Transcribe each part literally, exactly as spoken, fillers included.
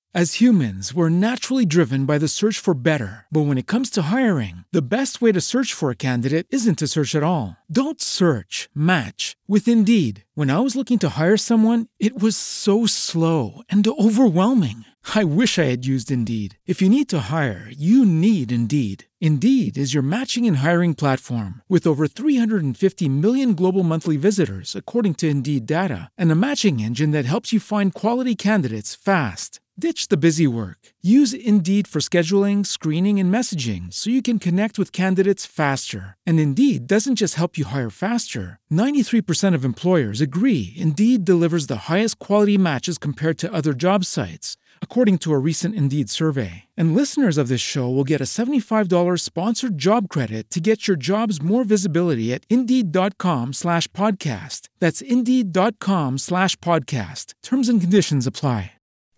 As humans, we're naturally driven by the search for better. But when it comes to hiring, the best way to search for a candidate isn't to search at all. Don't search, match with Indeed. When I was looking to hire someone, it was so slow and overwhelming. I wish I had used Indeed. If you need to hire, you need Indeed. Indeed is your matching and hiring platform with over three hundred fifty million global monthly visitors, according to Indeed data, and a matching engine that helps you find quality candidates fast. Ditch the busy work. Use Indeed for scheduling, screening, and messaging so you can connect with candidates faster. And Indeed doesn't just help you hire faster. ninety-three percent of employers agree Indeed delivers the highest quality matches compared to other job sites, according to a recent Indeed survey. And listeners of this show will get a seventy-five dollars sponsored job credit to get your jobs more visibility at Indeed.com slash podcast. That's Indeed.com slash podcast. Terms and conditions apply.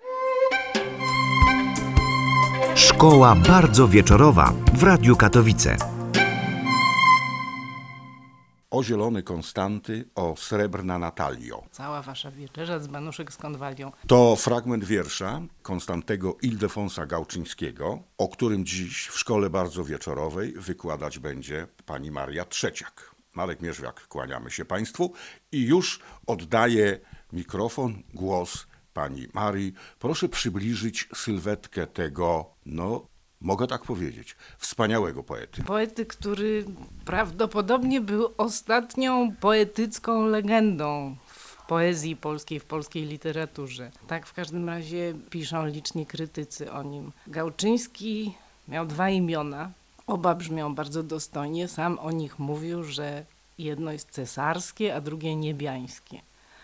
Szkoła bardzo wieczorowa w Radiu Katowice. O zielony Konstanty, o srebrna Natalio. Cała wasza wieczerza z Banuszek z Konwalią. To fragment wiersza Konstantego Ildefonsa Gałczyńskiego, o którym dziś w Szkole Bardzo Wieczorowej wykładać będzie pani Maria Trzeciak. Marek Mierzwiak, kłaniamy się państwu i już oddaję mikrofon, głos pani Marii. Proszę przybliżyć sylwetkę tego, no mogę tak powiedzieć, wspaniałego poety. Poety, który prawdopodobnie był ostatnią poetycką legendą w poezji polskiej, w polskiej literaturze. Tak w każdym razie piszą liczni krytycy o nim. Gałczyński miał dwa imiona, oba brzmią bardzo dostojnie. Sam o nich mówił, że jedno jest cesarskie, a drugie niebiańskie.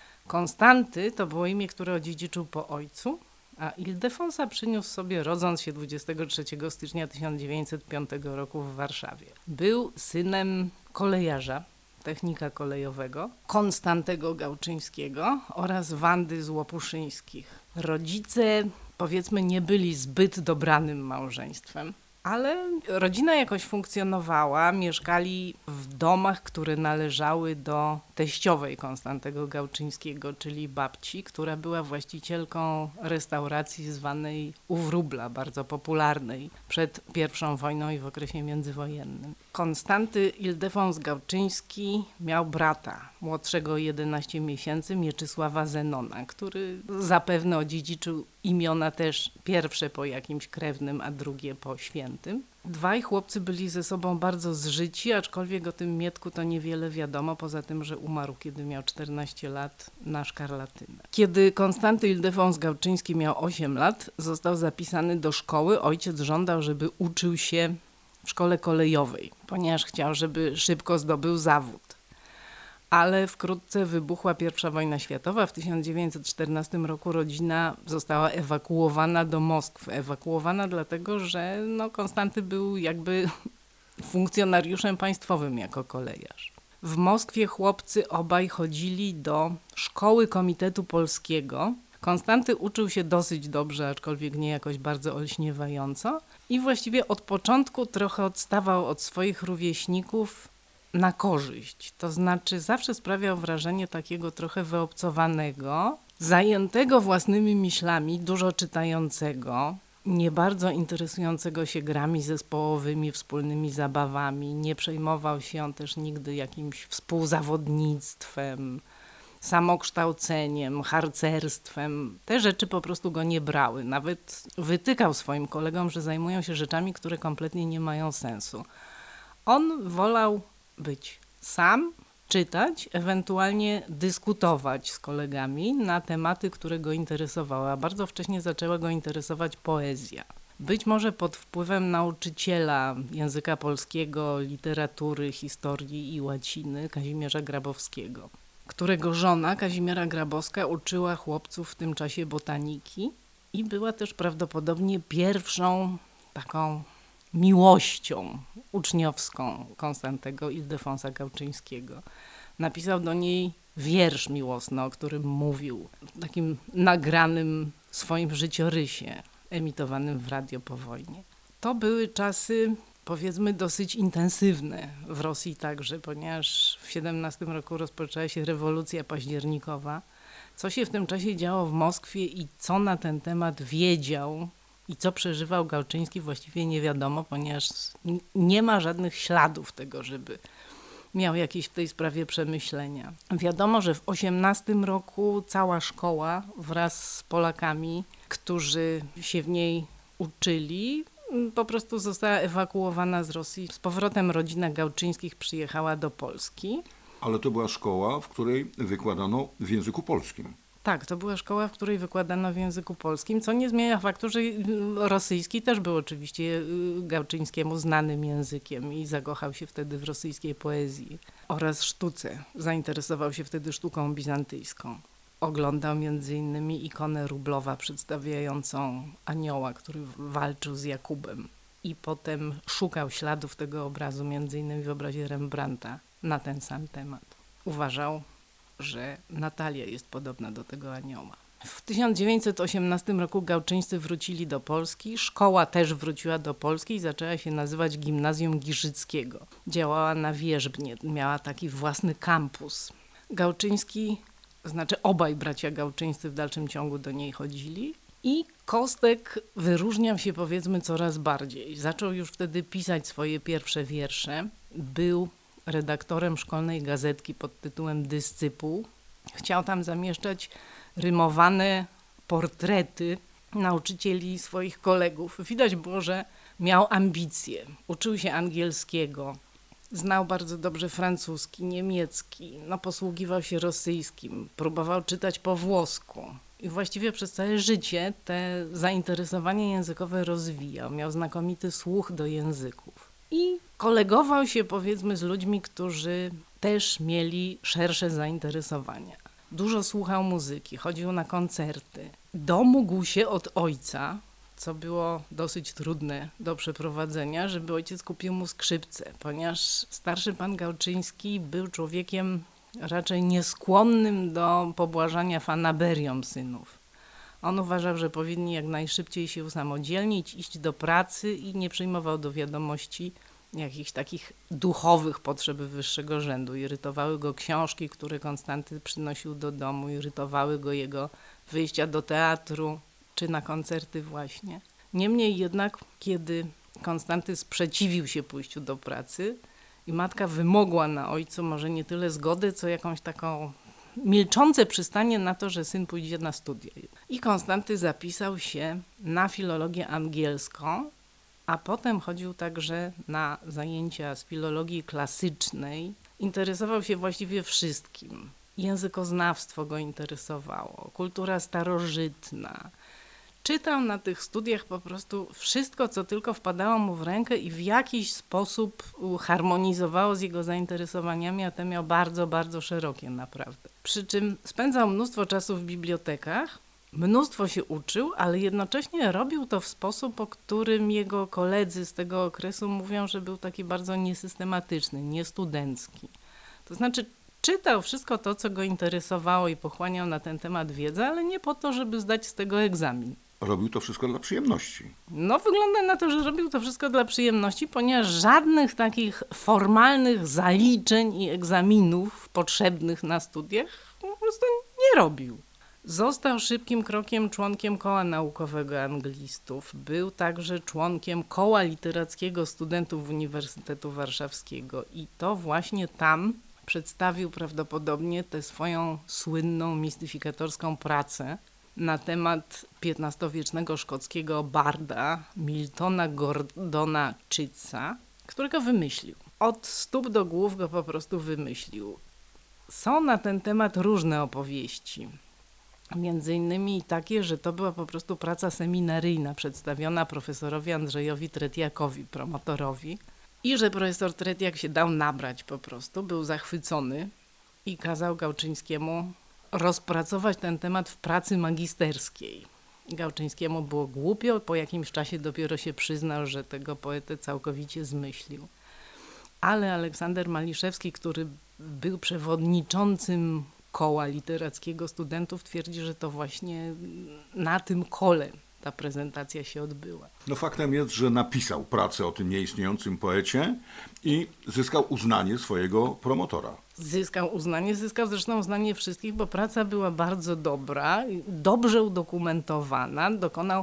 Konstanty to było imię, które odziedziczył po ojcu, a Ildefonsa przyniósł sobie, rodząc się dwudziestego trzeciego stycznia tysiąc dziewięćset piątego roku w Warszawie. Był synem kolejarza, technika kolejowego, Konstantego Gałczyńskiego oraz Wandy z Łopuszyńskich. Rodzice, powiedzmy, nie byli zbyt dobranym małżeństwem, ale rodzina jakoś funkcjonowała, mieszkali w domach, które należały do teściowej Konstantego Gałczyńskiego, czyli babci, która była właścicielką restauracji zwanej U Wróbla, bardzo popularnej przed pierwszą wojną i w okresie międzywojennym. Konstanty Ildefons Gałczyński miał brata, młodszego o jedenaście miesięcy, Mieczysława Zenona, który zapewne odziedziczył imiona też pierwsze po jakimś krewnym, a drugie po świętym. Dwaj chłopcy byli ze sobą bardzo zżyci, aczkolwiek o tym Mietku to niewiele wiadomo, poza tym, że umarł, kiedy miał czternaście lat na szkarlatynę. Kiedy Konstanty Ildefons Gałczyński miał osiem lat, został zapisany do szkoły. Ojciec żądał, żeby uczył się w szkole kolejowej, ponieważ chciał, żeby szybko zdobył zawód. Ale wkrótce wybuchła pierwsza wojna światowa. W tysiąc dziewięćset czternastym roku rodzina została ewakuowana do Moskwy. Ewakuowana dlatego, że no, Konstanty był jakby funkcjonariuszem państwowym jako kolejarz. W Moskwie chłopcy obaj chodzili do szkoły Komitetu Polskiego. Konstanty uczył się dosyć dobrze, aczkolwiek nie jakoś bardzo olśniewająco i właściwie od początku trochę odstawał od swoich rówieśników na korzyść. To znaczy zawsze sprawiał wrażenie takiego trochę wyobcowanego, zajętego własnymi myślami, dużo czytającego, nie bardzo interesującego się grami zespołowymi, wspólnymi zabawami. Nie przejmował się on też nigdy jakimś współzawodnictwem, samokształceniem, harcerstwem. Te rzeczy po prostu go nie brały. Nawet wytykał swoim kolegom, że zajmują się rzeczami, które kompletnie nie mają sensu. On wolał być sam, czytać, ewentualnie dyskutować z kolegami na tematy, które go interesowały, a bardzo wcześnie zaczęła go interesować poezja. Być może pod wpływem nauczyciela języka polskiego, literatury, historii i łaciny Kazimierza Grabowskiego, którego żona Kazimiera Grabowska uczyła chłopców w tym czasie botaniki i była też prawdopodobnie pierwszą taką miłością uczniowską Konstantego Ildefonsa Gałczyńskiego. Napisał do niej wiersz miłosny, o którym mówił, w takim nagranym swoim życiorysie, emitowanym w radio po wojnie. To były czasy, powiedzmy, dosyć intensywne w Rosji także, ponieważ w siedemnastym roku rozpoczęła się rewolucja październikowa Co się w tym czasie działo w Moskwie i co na ten temat wiedział i co przeżywał Gałczyński, właściwie nie wiadomo, ponieważ nie ma żadnych śladów tego, żeby miał jakieś w tej sprawie przemyślenia. Wiadomo, że w osiemnastym roku cała szkoła wraz z Polakami, którzy się w niej uczyli, po prostu została ewakuowana z Rosji. Z powrotem rodzina Gałczyńskich przyjechała do Polski. Ale to była szkoła, w której wykładano w języku polskim. Tak, to była szkoła, w której wykładano w języku polskim, co nie zmienia faktu, że rosyjski też był oczywiście Gałczyńskiemu znanym językiem i zakochał się wtedy w rosyjskiej poezji oraz sztuce. Zainteresował się wtedy sztuką bizantyjską. Oglądał między innymi ikonę Rublowa przedstawiającą anioła, który walczył z Jakubem i potem szukał śladów tego obrazu między innymi w obrazie Rembrandta na ten sam temat. Uważał, że Natalia jest podobna do tego anioła. W tysiąc dziewięćset osiemnastym roku Gałczyńscy wrócili do Polski. Szkoła też wróciła do Polski i zaczęła się nazywać Gimnazjum Giżyckiego. Działała na Wierzbnie, miała taki własny kampus. Gałczyński, znaczy obaj bracia Gałczyńscy w dalszym ciągu do niej chodzili i Kostek wyróżniał się powiedzmy coraz bardziej. Zaczął już wtedy pisać swoje pierwsze wiersze. Był redaktorem szkolnej gazetki pod tytułem Dyscypuł. Chciał tam zamieszczać rymowane portrety nauczycieli swoich kolegów. Widać było, że miał ambicje. Uczył się angielskiego, znał bardzo dobrze francuski, niemiecki, no posługiwał się rosyjskim, próbował czytać po włosku. I właściwie przez całe życie te zainteresowanie językowe rozwijał. Miał znakomity słuch do języków. I kolegował się powiedzmy z ludźmi, którzy też mieli szersze zainteresowania. Dużo słuchał muzyki, chodził na koncerty. Domógł się od ojca, co było dosyć trudne do przeprowadzenia, żeby ojciec kupił mu skrzypce, ponieważ starszy pan Gałczyński był człowiekiem raczej nieskłonnym do pobłażania fanaberiom synów. On uważał, że powinni jak najszybciej się usamodzielnić, iść do pracy i nie przyjmował do wiadomości jakichś takich duchowych potrzeb wyższego rzędu. Irytowały go książki, które Konstanty przynosił do domu, irytowały go jego wyjścia do teatru czy na koncerty właśnie. Niemniej jednak, kiedy Konstanty sprzeciwił się pójściu do pracy i matka wymogła na ojcu może nie tyle zgody, co jakąś taką milczące przystanie na to, że syn pójdzie na studia. I Konstanty zapisał się na filologię angielską, a potem chodził także na zajęcia z filologii klasycznej. Interesował się właściwie wszystkim. Językoznawstwo go interesowało, kultura starożytna. Czytał na tych studiach po prostu wszystko, co tylko wpadało mu w rękę i w jakiś sposób harmonizowało z jego zainteresowaniami, a te miał bardzo, bardzo szerokie naprawdę. Przy czym spędzał mnóstwo czasu w bibliotekach, mnóstwo się uczył, ale jednocześnie robił to w sposób, o którym jego koledzy z tego okresu mówią, że był taki bardzo niesystematyczny, niestudencki. To znaczy czytał wszystko to, co go interesowało i pochłaniał na ten temat wiedzę, ale nie po to, żeby zdać z tego egzamin. Robił to wszystko dla przyjemności. No wygląda na to, że robił to wszystko dla przyjemności, ponieważ żadnych takich formalnych zaliczeń i egzaminów potrzebnych na studiach po prostu nie robił. Został szybkim krokiem członkiem Koła Naukowego Anglistów. Był także członkiem Koła Literackiego Studentów Uniwersytetu Warszawskiego i to właśnie tam przedstawił prawdopodobnie tę swoją słynną, mistyfikatorską pracę na temat piętnastowiecznego szkockiego barda Miltona Gordona Chitsa, którego wymyślił. Od stóp do głów go po prostu wymyślił. Są na ten temat różne opowieści. Między innymi takie, że to była po prostu praca seminaryjna przedstawiona profesorowi Andrzejowi Tretiakowi, promotorowi, i że profesor Tretiak się dał nabrać po prostu, był zachwycony i kazał Gałczyńskiemu rozpracować ten temat w pracy magisterskiej. Gałczyńskiemu było głupio, po jakimś czasie dopiero się przyznał, że tego poetę całkowicie zmyślił. Ale Aleksander Maliszewski, który był przewodniczącym Koła Literackiego Studentów, twierdzi, że to właśnie na tym kole ta prezentacja się odbyła. No faktem jest, że napisał pracę o tym nieistniejącym poecie i zyskał uznanie swojego promotora. zyskał uznanie, zyskał zresztą uznanie wszystkich, bo praca była bardzo dobra, dobrze udokumentowana, dokonał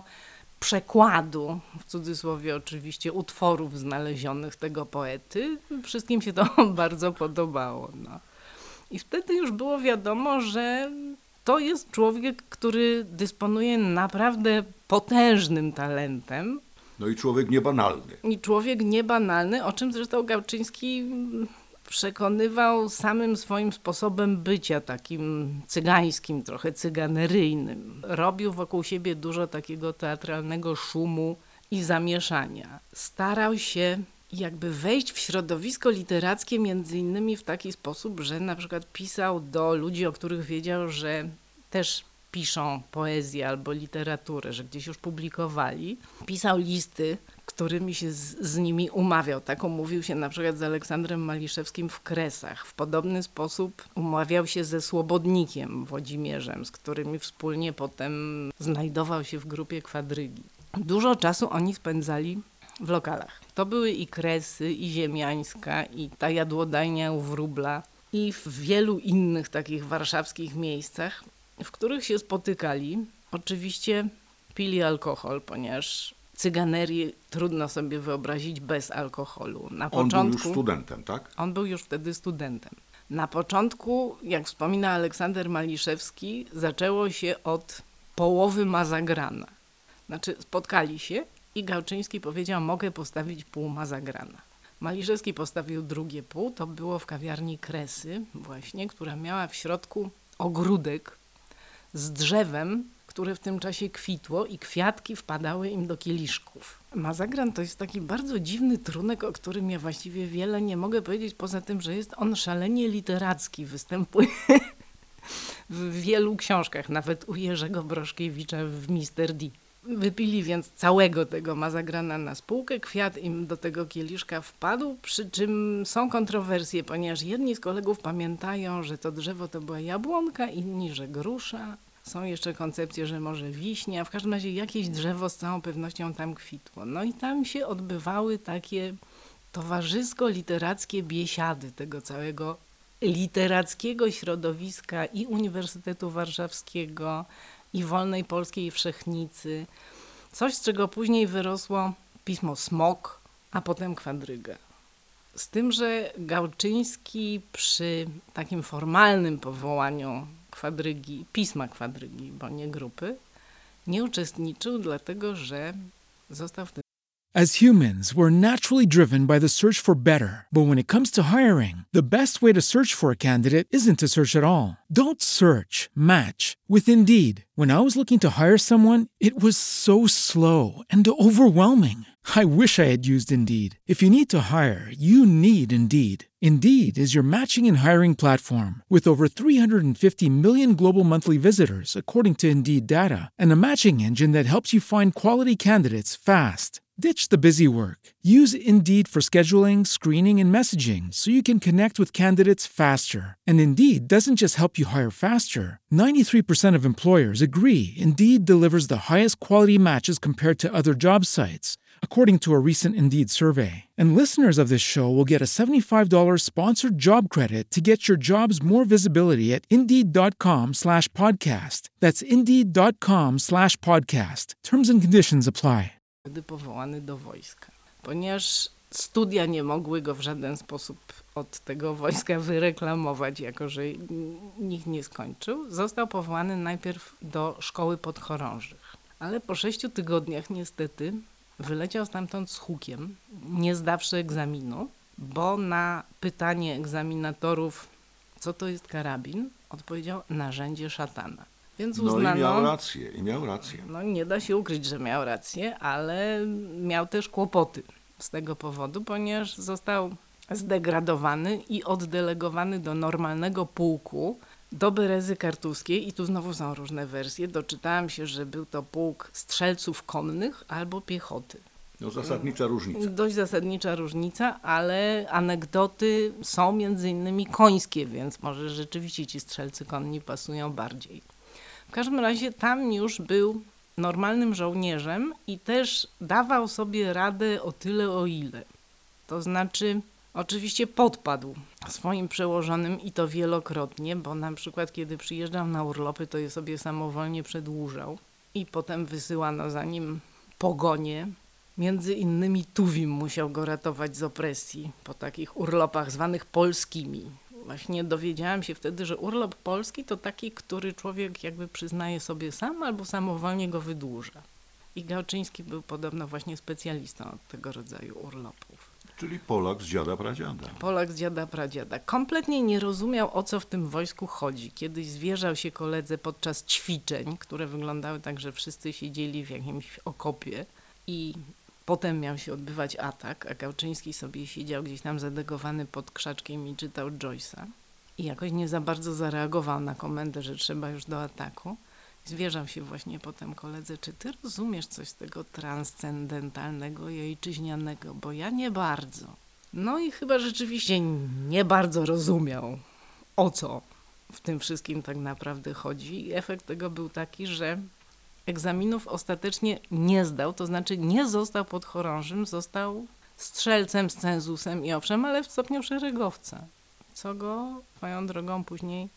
przekładu, w cudzysłowie oczywiście, utworów znalezionych tego poety. Wszystkim się to bardzo podobało. No. I wtedy już było wiadomo, że to jest człowiek, który dysponuje naprawdę potężnym talentem. No i człowiek niebanalny. I człowiek niebanalny, o czym zresztą Gałczyński przekonywał samym swoim sposobem bycia, takim cygańskim, trochę cyganeryjnym. Robił wokół siebie dużo takiego teatralnego szumu i zamieszania. Starał się jakby wejść w środowisko literackie między innymi w taki sposób, że na przykład pisał do ludzi, o których wiedział, że też piszą poezję albo literaturę, że gdzieś już publikowali. Pisał listy, którymi się z, z nimi umawiał. Tak umówił się na przykład z Aleksandrem Maliszewskim w Kresach. W podobny sposób umawiał się ze Słobodnikiem Włodzimierzem, z którymi wspólnie potem znajdował się w grupie Kwadrygi. Dużo czasu oni spędzali w lokalach. To były i Kresy, i Ziemiańska, i ta jadłodajnia u Wróbla, i w wielu innych takich warszawskich miejscach, w których się spotykali. Oczywiście pili alkohol, ponieważ cyganerię trudno sobie wyobrazić bez alkoholu. Na On początku, był już studentem, tak? On był już wtedy studentem. Na początku, jak wspomina Aleksander Maliszewski, zaczęło się od połowy Mazagrana. Znaczy spotkali się i Gałczyński powiedział, mogę postawić pół Mazagrana. Maliszewski postawił drugie pół, to było w kawiarni Kresy właśnie, która miała w środku ogródek z drzewem, które w tym czasie kwitło i kwiatki wpadały im do kieliszków. Mazagran to jest taki bardzo dziwny trunek, o którym ja właściwie wiele nie mogę powiedzieć, poza tym, że jest on szalenie literacki, występuje w wielu książkach, nawet u Jerzego Broszkiewicza w mister D. Wypili więc całego tego Mazagrana na spółkę, kwiat im do tego kieliszka wpadł, przy czym są kontrowersje, ponieważ jedni z kolegów pamiętają, że to drzewo to była jabłonka, inni, że grusza. Są jeszcze koncepcje, że może wiśnia, w każdym razie jakieś drzewo z całą pewnością tam kwitło. No i tam się odbywały takie towarzysko-literackie biesiady tego całego literackiego środowiska i Uniwersytetu Warszawskiego, i Wolnej Polskiej Wszechnicy. Coś, z czego później wyrosło pismo Smok, a potem Kwadryga. Z tym, że Gałczyński przy takim formalnym powołaniu Kwadrygi, pisma Kwadrygi, bo nie grupy, nie uczestniczył, dlatego że został w tym. As humans, we're naturally driven by the search for better. But when it comes to hiring, the best way to search for a candidate isn't to search at all. Don't search, match with Indeed. When I was looking to hire someone, it was so slow and overwhelming. I wish I had used Indeed. If you need to hire, you need Indeed. Indeed is your matching and hiring platform with over three hundred fifty million global monthly visitors, according to Indeed data, and a matching engine that helps you find quality candidates fast. Ditch the busy work. Use Indeed for scheduling, screening, and messaging so you can connect with candidates faster. And Indeed doesn't just help you hire faster. ninety-three percent of employers agree Indeed delivers the highest quality matches compared to other job sites, according to a recent Indeed survey. And listeners of this show will get a seventy-five dollars sponsored job credit to get your jobs more visibility at Indeed.com slash podcast. That's Indeed.com slash podcast. Terms and conditions apply. Wtedy powołany do wojska, ponieważ studia nie mogły go w żaden sposób od tego wojska wyreklamować, jako że nikt nie skończył. Został powołany najpierw do szkoły podchorążych, ale po sześciu tygodniach niestety wyleciał stamtąd z hukiem, nie zdawszy egzaminu, bo na pytanie egzaminatorów, co to jest karabin, odpowiedział narzędzie szatana. Więc uznano, no i miał rację, i miał rację. No nie da się ukryć, że miał rację, ale miał też kłopoty z tego powodu, ponieważ został zdegradowany i oddelegowany do normalnego pułku, do Berezy Kartuskiej i tu znowu są różne wersje. Doczytałam się, że był to pułk strzelców konnych albo piechoty. No zasadnicza różnica. Dość zasadnicza różnica, ale anegdoty są między innymi końskie, więc może rzeczywiście ci strzelcy konni pasują bardziej. W każdym razie tam już był normalnym żołnierzem i też dawał sobie radę o tyle, o ile. To znaczy Oczywiście podpadł swoim przełożonym i to wielokrotnie, bo na przykład kiedy przyjeżdżał na urlopy, to je sobie samowolnie przedłużał i potem wysyłano za nim pogonię. Między innymi Tuwim musiał go ratować z opresji po takich urlopach zwanych polskimi. Właśnie dowiedziałam się wtedy, że urlop polski to taki, który człowiek jakby przyznaje sobie sam albo samowolnie go wydłuża. I Gałczyński był podobno właśnie specjalistą od tego rodzaju urlopów. Czyli Polak z dziada pradziada. Polak z dziada pradziada. Kompletnie nie rozumiał, o co w tym wojsku chodzi. Kiedyś zwierzał się koledze podczas ćwiczeń, które wyglądały tak, że wszyscy siedzieli w jakimś okopie i potem miał się odbywać atak, a Gałczyński sobie siedział gdzieś tam zadegowany pod krzaczkiem i czytał Joyce'a. I jakoś nie za bardzo zareagował na komendę, że trzeba już do ataku. Zwierzał się właśnie potem koledze, czy ty rozumiesz coś z tego transcendentalnego i ojczyźnianego, bo ja nie bardzo. No i chyba rzeczywiście nie bardzo rozumiał, o co w tym wszystkim tak naprawdę chodzi. I efekt tego był taki, że egzaminów ostatecznie nie zdał, to znaczy nie został podchorążym, został strzelcem z cenzusem i owszem, ale w stopniu szeregowca, co go swoją drogą później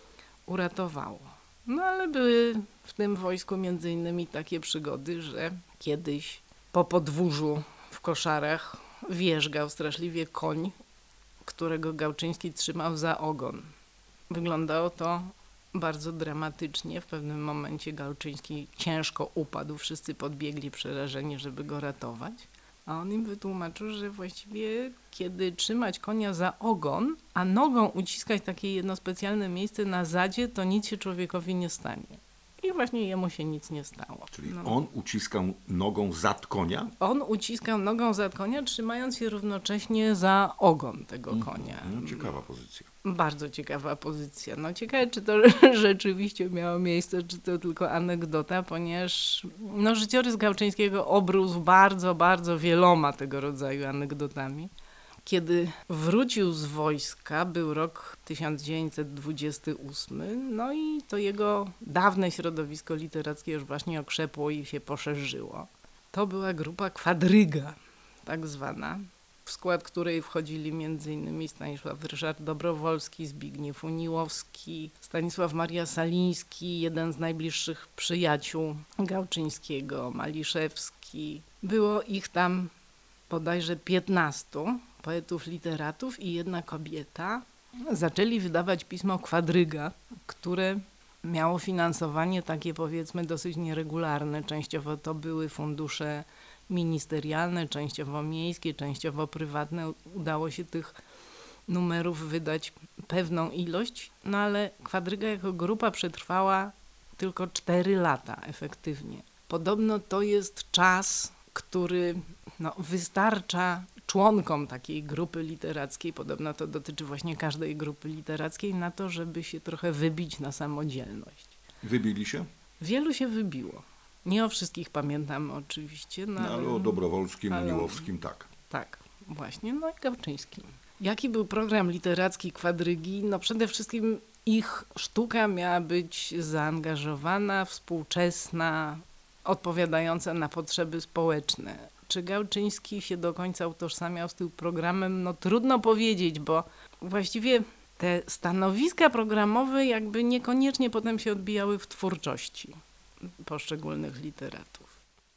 uratowało. No ale były w tym wojsku między innymi takie przygody, że kiedyś po podwórzu w Koszarach wierzgał straszliwie koń, którego Gałczyński trzymał za ogon. Wyglądało to bardzo dramatycznie. W pewnym momencie Gałczyński ciężko upadł, wszyscy podbiegli przerażeni, żeby go ratować. A on im wytłumaczył, że właściwie kiedy trzymać konia za ogon, a nogą uciskać takie jedno specjalne miejsce na zadzie, to nic się człowiekowi nie stanie. I właśnie jemu się nic nie stało. Czyli no. on uciskał nogą zad konia? On uciskał nogą zad konia, trzymając się równocześnie za ogon tego konia. No, ciekawa pozycja. Bardzo ciekawa pozycja. No ciekawe, czy to rzeczywiście miało miejsce, czy to tylko anegdota, ponieważ no, życiorys Gałczyńskiego obrósł bardzo, bardzo wieloma tego rodzaju anegdotami. Kiedy wrócił z wojska, był rok tysiąc dziewięćset dwudziesty ósmy, no i to jego dawne środowisko literackie już właśnie okrzepło i się poszerzyło. To była grupa Kwadryga, tak zwana, w skład której wchodzili między innymi Stanisław Ryszard Dobrowolski, Zbigniew Uniłowski, Stanisław Maria Saliński, jeden z najbliższych przyjaciół Gałczyńskiego, Maliszewski. Było ich tam bodajże piętnastu poetów, literatów i jedna kobieta. Zaczęli wydawać pismo Kwadryga, które miało finansowanie takie powiedzmy dosyć nieregularne. Częściowo to były fundusze ministerialne, częściowo miejskie, częściowo prywatne. Udało się tych numerów wydać pewną ilość, no ale Kwadryga jako grupa przetrwała tylko cztery lata efektywnie. Podobno to jest czas, który no, wystarcza członkom takiej grupy literackiej, podobno to dotyczy właśnie każdej grupy literackiej, na to, żeby się trochę wybić na samodzielność. Wybili się? Wielu się wybiło. Nie o wszystkich pamiętam oczywiście. No, no ale o Dobrowolskim, ale... Uniłowskim tak. Tak, właśnie, no i Gałczyńskim. Jaki był program literacki Kwadrygi? No przede wszystkim ich sztuka miała być zaangażowana, współczesna, odpowiadająca na potrzeby społeczne. Czy Gałczyński się do końca utożsamiał z tym programem? No trudno powiedzieć, bo właściwie te stanowiska programowe jakby niekoniecznie potem się odbijały w twórczości poszczególnych literatów.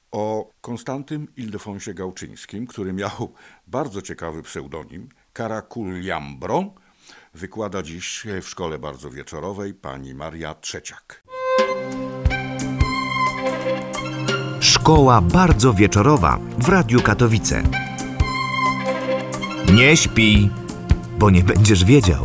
O Konstantym Ildefonsie Gałczyńskim, który miał bardzo ciekawy pseudonim, Karakuliambro, wykłada dziś w Szkole Bardzo Wieczorowej pani Maria Trzeciak. Szkoła Bardzo Wieczorowa w Radiu Katowice. Nie śpi, bo nie będziesz wiedział.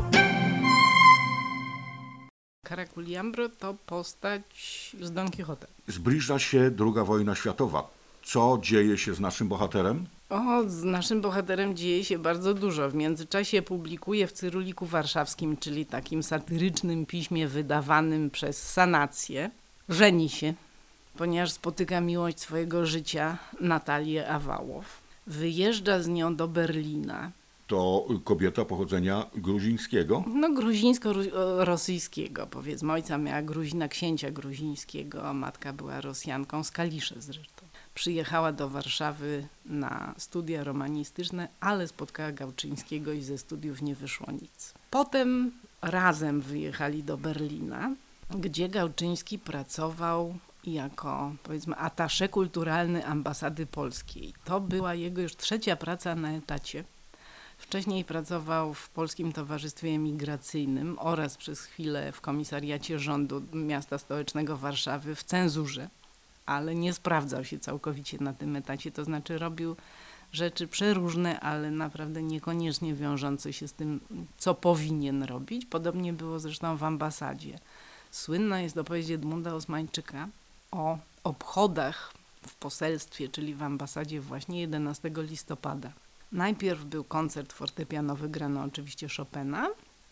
Karakuliambro to postać z Don Quixote. Zbliża się druga wojna światowa. Co dzieje się z naszym bohaterem? O, z naszym bohaterem dzieje się bardzo dużo. W międzyczasie publikuje w Cyruliku Warszawskim, czyli takim satyrycznym piśmie wydawanym przez Sanację. Żeni się, ponieważ spotyka miłość swojego życia, Natalię Awałow. Wyjeżdża z nią do Berlina. To kobieta pochodzenia gruzińskiego? No gruzińsko-rosyjskiego, powiedzmy. Ojca miała Gruzina, księcia gruzińskiego, a matka była Rosjanką z Kaliszy zresztą. Przyjechała do Warszawy na studia romanistyczne, ale spotkała Gałczyńskiego i ze studiów nie wyszło nic. Potem razem wyjechali do Berlina, gdzie Gałczyński pracował jako, powiedzmy, attaché kulturalny ambasady polskiej. To była jego już trzecia praca na etacie. Wcześniej pracował w Polskim Towarzystwie Emigracyjnym oraz przez chwilę w komisariacie rządu miasta stołecznego Warszawy w cenzurze, ale nie sprawdzał się całkowicie na tym etacie, to znaczy robił rzeczy przeróżne, ale naprawdę niekoniecznie wiążące się z tym, co powinien robić. Podobnie było zresztą w ambasadzie. Słynna jest opowieść Edmunda Osmańczyka o obchodach w poselstwie, czyli w ambasadzie właśnie jedenastego listopada. Najpierw był koncert fortepianowy, grano oczywiście Chopina,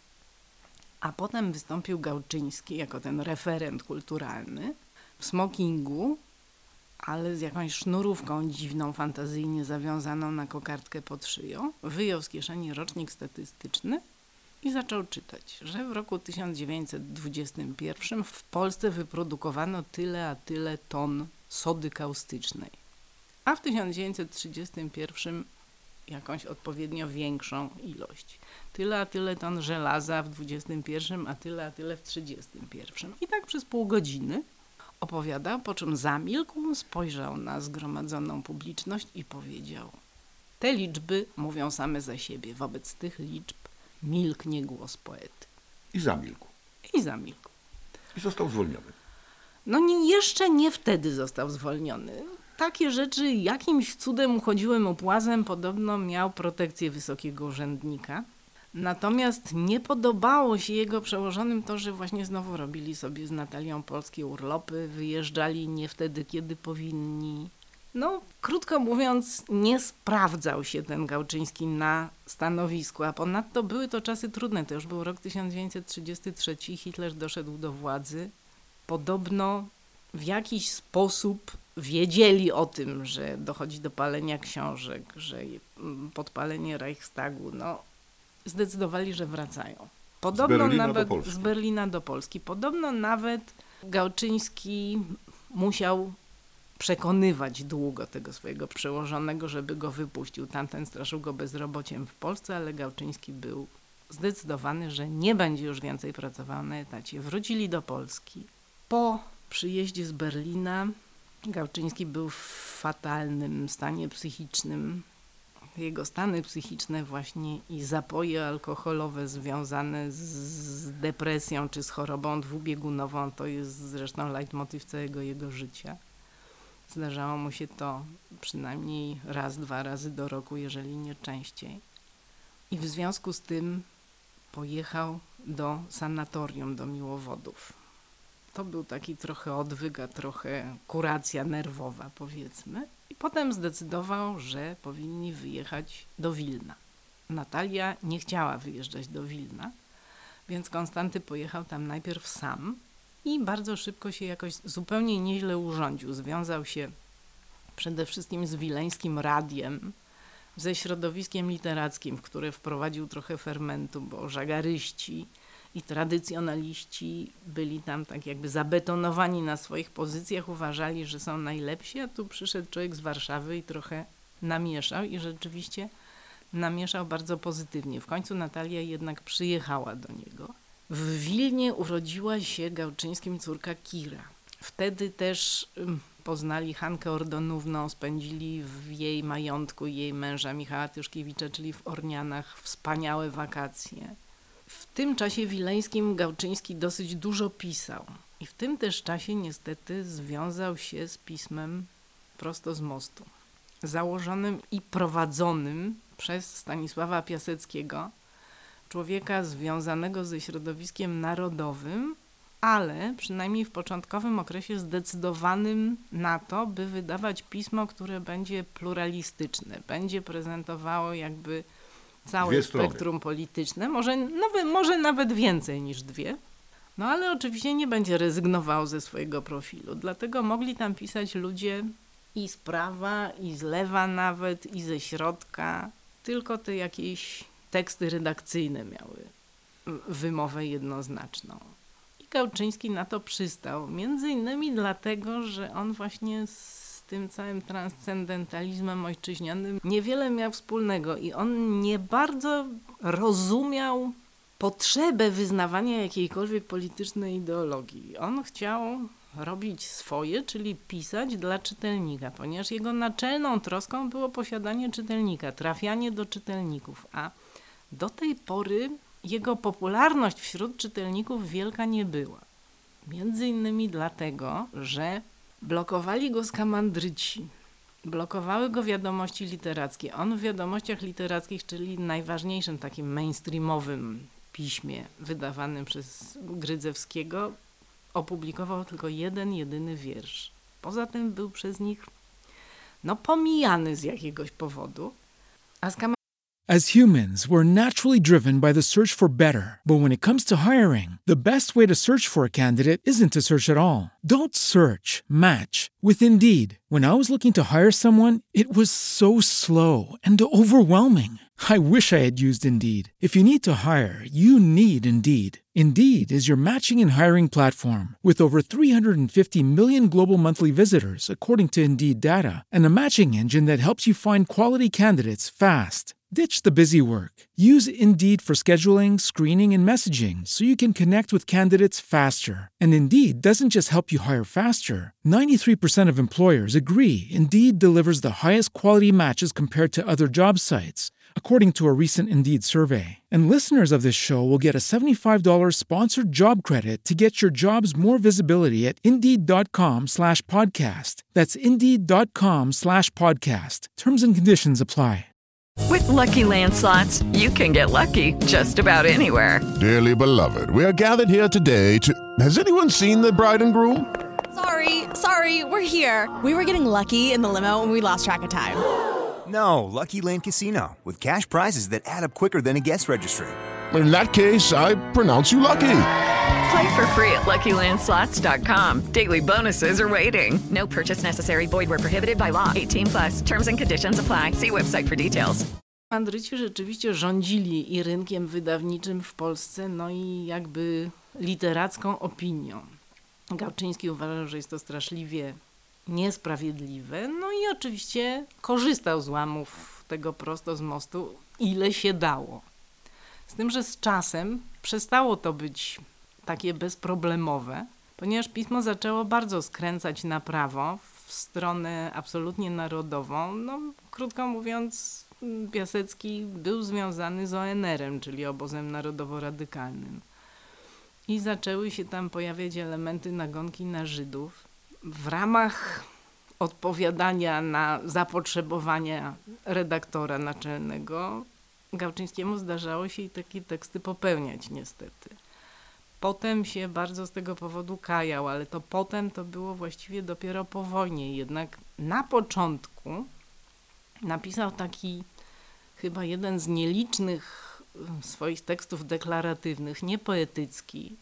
a potem wystąpił Gałczyński jako ten referent kulturalny w smokingu, ale z jakąś sznurówką dziwną, fantazyjnie zawiązaną na kokardkę pod szyją. Wyjął z kieszeni rocznik statystyczny i zaczął czytać, że w roku tysiąc dziewięćset dwudziestym pierwszym w Polsce wyprodukowano tyle a tyle ton sody kaustycznej, a w tysiąc dziewięćset trzydziestym pierwszym jakąś odpowiednio większą ilość. Tyle a tyle ton żelaza w dwudziestym pierwszym, a tyle a tyle w trzydziestym pierwszym. I tak przez pół godziny opowiadał, po czym zamilkł, spojrzał na zgromadzoną publiczność i powiedział: te liczby mówią same za siebie, wobec tych liczb milknie głos poety. I zamilkł. I zamilkł. I został zwolniony. No nie, jeszcze nie wtedy został zwolniony. Takie rzeczy jakimś cudem uchodziły mu płazem, podobno miał protekcję wysokiego urzędnika. Natomiast nie podobało się jego przełożonym to, że właśnie znowu robili sobie z Natalią polskie urlopy, wyjeżdżali nie wtedy, kiedy powinni. No, krótko mówiąc, nie sprawdzał się ten Gałczyński na stanowisku, a ponadto były to czasy trudne. To już był rok tysiąc dziewięćset trzydziesty trzeci, Hitler doszedł do władzy. Podobno w jakiś sposób wiedzieli o tym, że dochodzi do palenia książek, że podpalenie Reichstagu, no zdecydowali, że wracają. Podobno z Berlina nawet do Polski. z Berlina do Polski. Podobno nawet Gałczyński musiał przekonywać długo tego swojego przełożonego, żeby go wypuścił. Tamten straszył go bezrobociem w Polsce, ale Gałczyński był zdecydowany, że nie będzie już więcej pracował na etacie. Wrócili do Polski. Po przyjeździe z Berlina Gałczyński był w fatalnym stanie psychicznym. Jego stany psychiczne właśnie i zapoje alkoholowe związane z depresją czy z chorobą dwubiegunową, to jest zresztą leitmotyw całego jego życia. Zdarzało mu się to przynajmniej raz, dwa razy do roku, jeżeli nie częściej. I w związku z tym pojechał do sanatorium, do Miłowodów. To był taki trochę odwyk, a trochę kuracja nerwowa, powiedzmy. I potem zdecydował, że powinni wyjechać do Wilna. Natalia nie chciała wyjeżdżać do Wilna, więc Konstanty pojechał tam najpierw sam i bardzo szybko się jakoś zupełnie nieźle urządził. Związał się przede wszystkim z wileńskim radiem, ze środowiskiem literackim, w które wprowadził trochę fermentu, bo żagaryści i tradycjonaliści byli tam tak jakby zabetonowani na swoich pozycjach, uważali, że są najlepsi, a tu przyszedł człowiek z Warszawy i trochę namieszał i rzeczywiście namieszał bardzo pozytywnie. W końcu Natalia jednak przyjechała do niego. W Wilnie urodziła się Gałczyńskim córka Kira. Wtedy też poznali Hankę Ordonówną, spędzili w jej majątku jej męża Michała Tyszkiewicza, czyli w Ornianach, wspaniałe wakacje. W tym czasie wileńskim Gałczyński dosyć dużo pisał i w tym też czasie niestety związał się z pismem Prosto z mostu, założonym i prowadzonym przez Stanisława Piaseckiego, człowieka związanego ze środowiskiem narodowym, ale przynajmniej w początkowym okresie zdecydowanym na to, by wydawać pismo, które będzie pluralistyczne, będzie prezentowało jakby całe Dwie spektrum strony. polityczne, może, nowe, może nawet więcej niż dwie, no ale oczywiście nie będzie rezygnował ze swojego profilu, dlatego mogli tam pisać ludzie i z prawa, i z lewa nawet, i ze środka, tylko te jakieś teksty redakcyjne miały wymowę jednoznaczną. I Gałczyński na to przystał, między innymi dlatego, że on właśnie z tym całym transcendentalizmem ojczyźnianym niewiele miał wspólnego i on nie bardzo rozumiał potrzebę wyznawania jakiejkolwiek politycznej ideologii. On chciał robić swoje, czyli pisać dla czytelnika, ponieważ jego naczelną troską było posiadanie czytelnika, trafianie do czytelników, a do tej pory jego popularność wśród czytelników wielka nie była. Między innymi dlatego, że blokowali go skamandryci, blokowały go wiadomości literackie. On w wiadomościach literackich, czyli najważniejszym takim mainstreamowym piśmie wydawanym przez Grydzewskiego, opublikował tylko jeden, jedyny wiersz. Poza tym był przez nich no, pomijany z jakiegoś powodu, a skam- As humans, we're naturally driven by the search for better. But when it comes to hiring, the best way to search for a candidate isn't to search at all. Don't search, match with Indeed. When I was looking to hire someone, it was so slow and overwhelming. I wish I had used Indeed. If you need to hire, you need Indeed. Indeed is your matching and hiring platform with over three hundred fifty million global monthly visitors, according to Indeed data, and a matching engine that helps you find quality candidates fast. Ditch the busy work. Use Indeed for scheduling, screening, and messaging so you can connect with candidates faster. And Indeed doesn't just help you hire faster. ninety-three percent of employers agree Indeed delivers the highest quality matches compared to other job sites, according to a recent Indeed survey. And listeners of this show will get a seventy-five dollars sponsored job credit to get your jobs more visibility at Indeed.com slash podcast. That's Indeed.com slash podcast. Terms and conditions apply. With Lucky Land Slots, you can get lucky just about anywhere. Dearly beloved, we are gathered here today to... Has anyone seen the bride and groom? Sorry, sorry, we're here. We were getting lucky in the limo and we lost track of time. No, Lucky Land Casino, with cash prizes that add up quicker than a guest registry. In that case, I pronounce you lucky. Play for free at Lucky Land Slots dot com. Daily bonuses are waiting. No purchase necessary. Void where prohibited by law. eighteen plus. Terms and conditions apply. See website for details. Andryci rzeczywiście rządzili i rynkiem wydawniczym w Polsce, no i jakby literacką opinią. Gałczyński uważał, że jest to straszliwie niesprawiedliwe, no i oczywiście korzystał z łamów tego prosto z mostu, ile się dało. Z tym, że z czasem przestało to być takie bezproblemowe, ponieważ pismo zaczęło bardzo skręcać na prawo w stronę absolutnie narodową. No, krótko mówiąc, Piasecki był związany z O N R-em, czyli obozem narodowo-radykalnym. I zaczęły się tam pojawiać elementy nagonki na Żydów. W ramach odpowiadania na zapotrzebowania redaktora naczelnego Gałczyńskiemu zdarzało się i takie teksty popełniać niestety. Potem się bardzo z tego powodu kajał, ale to potem to było właściwie dopiero po wojnie. Jednak na początku napisał taki chyba jeden z nielicznych swoich tekstów deklaratywnych, nie poetycki,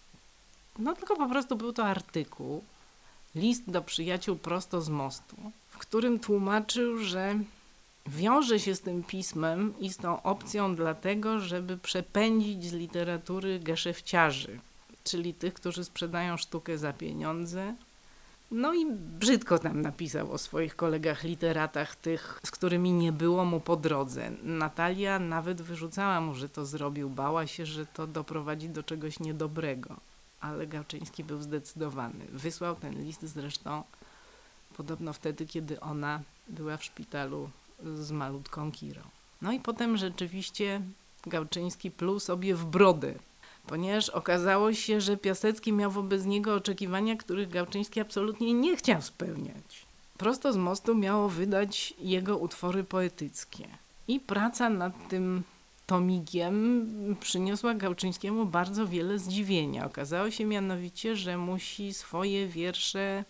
no tylko po prostu był to artykuł, list do przyjaciół prosto z mostu, w którym tłumaczył, że wiąże się z tym pismem i z tą opcją dlatego, żeby przepędzić z literatury geszefciarzy, czyli tych, którzy sprzedają sztukę za pieniądze. No i brzydko tam napisał o swoich kolegach literatach, tych, z którymi nie było mu po drodze. Natalia nawet wyrzucała mu, że to zrobił, bała się, że to doprowadzi do czegoś niedobrego. Ale Gałczyński był zdecydowany. Wysłał ten list zresztą podobno wtedy, kiedy ona była w szpitalu z malutką Kirą. No i potem rzeczywiście Gałczyński pluł sobie w brodę, ponieważ okazało się, że Piasecki miał wobec niego oczekiwania, których Gałczyński absolutnie nie chciał spełniać. Prosto z mostu miało wydać jego utwory poetyckie. I praca nad tym tomigiem przyniosła Gałczyńskiemu bardzo wiele zdziwienia. Okazało się mianowicie, że musi swoje wiersze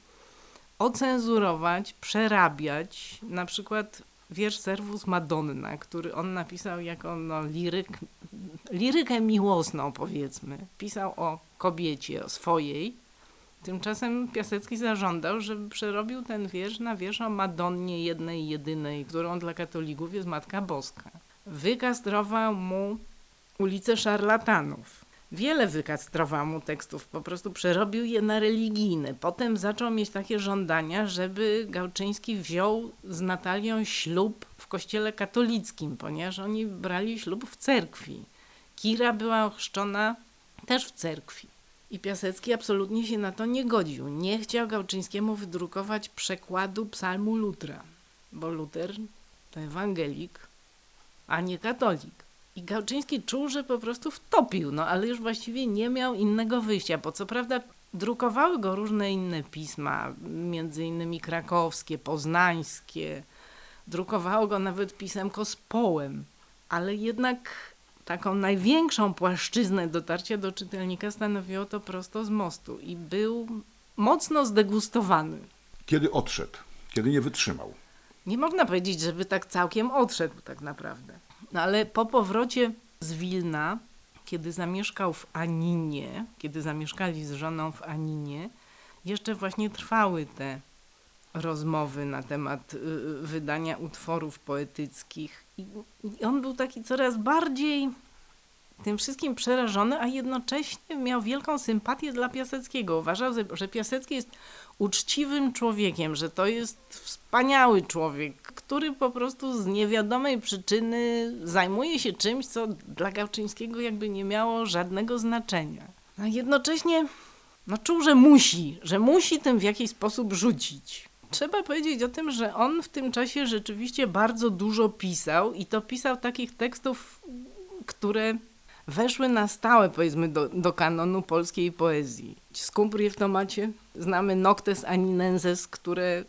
ocenzurować, przerabiać. Na przykład wiersz Servus Madonna, który on napisał jako no, liryk, lirykę miłosną, powiedzmy. Pisał o kobiecie, o swojej. Tymczasem Piasecki zażądał, żeby przerobił ten wiersz na wiersz o Madonnie jednej, jedynej, którą dla katolików jest Matka Boska. Wykastrował mu Ulicę Szarlatanów. Wiele wykastrował mu tekstów, po prostu przerobił je na religijne. Potem zaczął mieć takie żądania, żeby Gałczyński wziął z Natalią ślub w kościele katolickim, ponieważ oni brali ślub w cerkwi. Kira była ochrzczona też w cerkwi. I Piasecki absolutnie się na to nie godził. Nie chciał Gałczyńskiemu wydrukować przekładu psalmu Lutra, bo Luter to ewangelik, a nie katolik. I Gałczyński czuł, że po prostu wtopił, no ale już właściwie nie miał innego wyjścia, bo co prawda drukowały go różne inne pisma, między innymi krakowskie, poznańskie, drukowało go nawet pisemko z połem, ale jednak taką największą płaszczyznę dotarcia do czytelnika stanowiło to prosto z mostu i był mocno zdegustowany. Kiedy odszedł? Kiedy nie wytrzymał? Nie można powiedzieć, żeby tak całkiem odszedł tak naprawdę. No ale po powrocie z Wilna, kiedy zamieszkał w Aninie, kiedy zamieszkali z żoną w Aninie, jeszcze właśnie trwały te rozmowy na temat y, wydania utworów poetyckich. I, I on był taki coraz bardziej tym wszystkim przerażony, a jednocześnie miał wielką sympatię dla Piaseckiego. Uważał, że Piasecki jest uczciwym człowiekiem, że to jest wspaniały człowiek, który po prostu z niewiadomej przyczyny zajmuje się czymś, co dla Gałczyńskiego jakby nie miało żadnego znaczenia. A jednocześnie no, czuł, że musi, że musi tym w jakiś sposób rzucić. Trzeba powiedzieć o tym, że on w tym czasie rzeczywiście bardzo dużo pisał i to pisał takich tekstów, które weszły na stałe, powiedzmy, do, do kanonu polskiej poezji. Scumbrie w tomacie, znamy Noctes Aninenses, które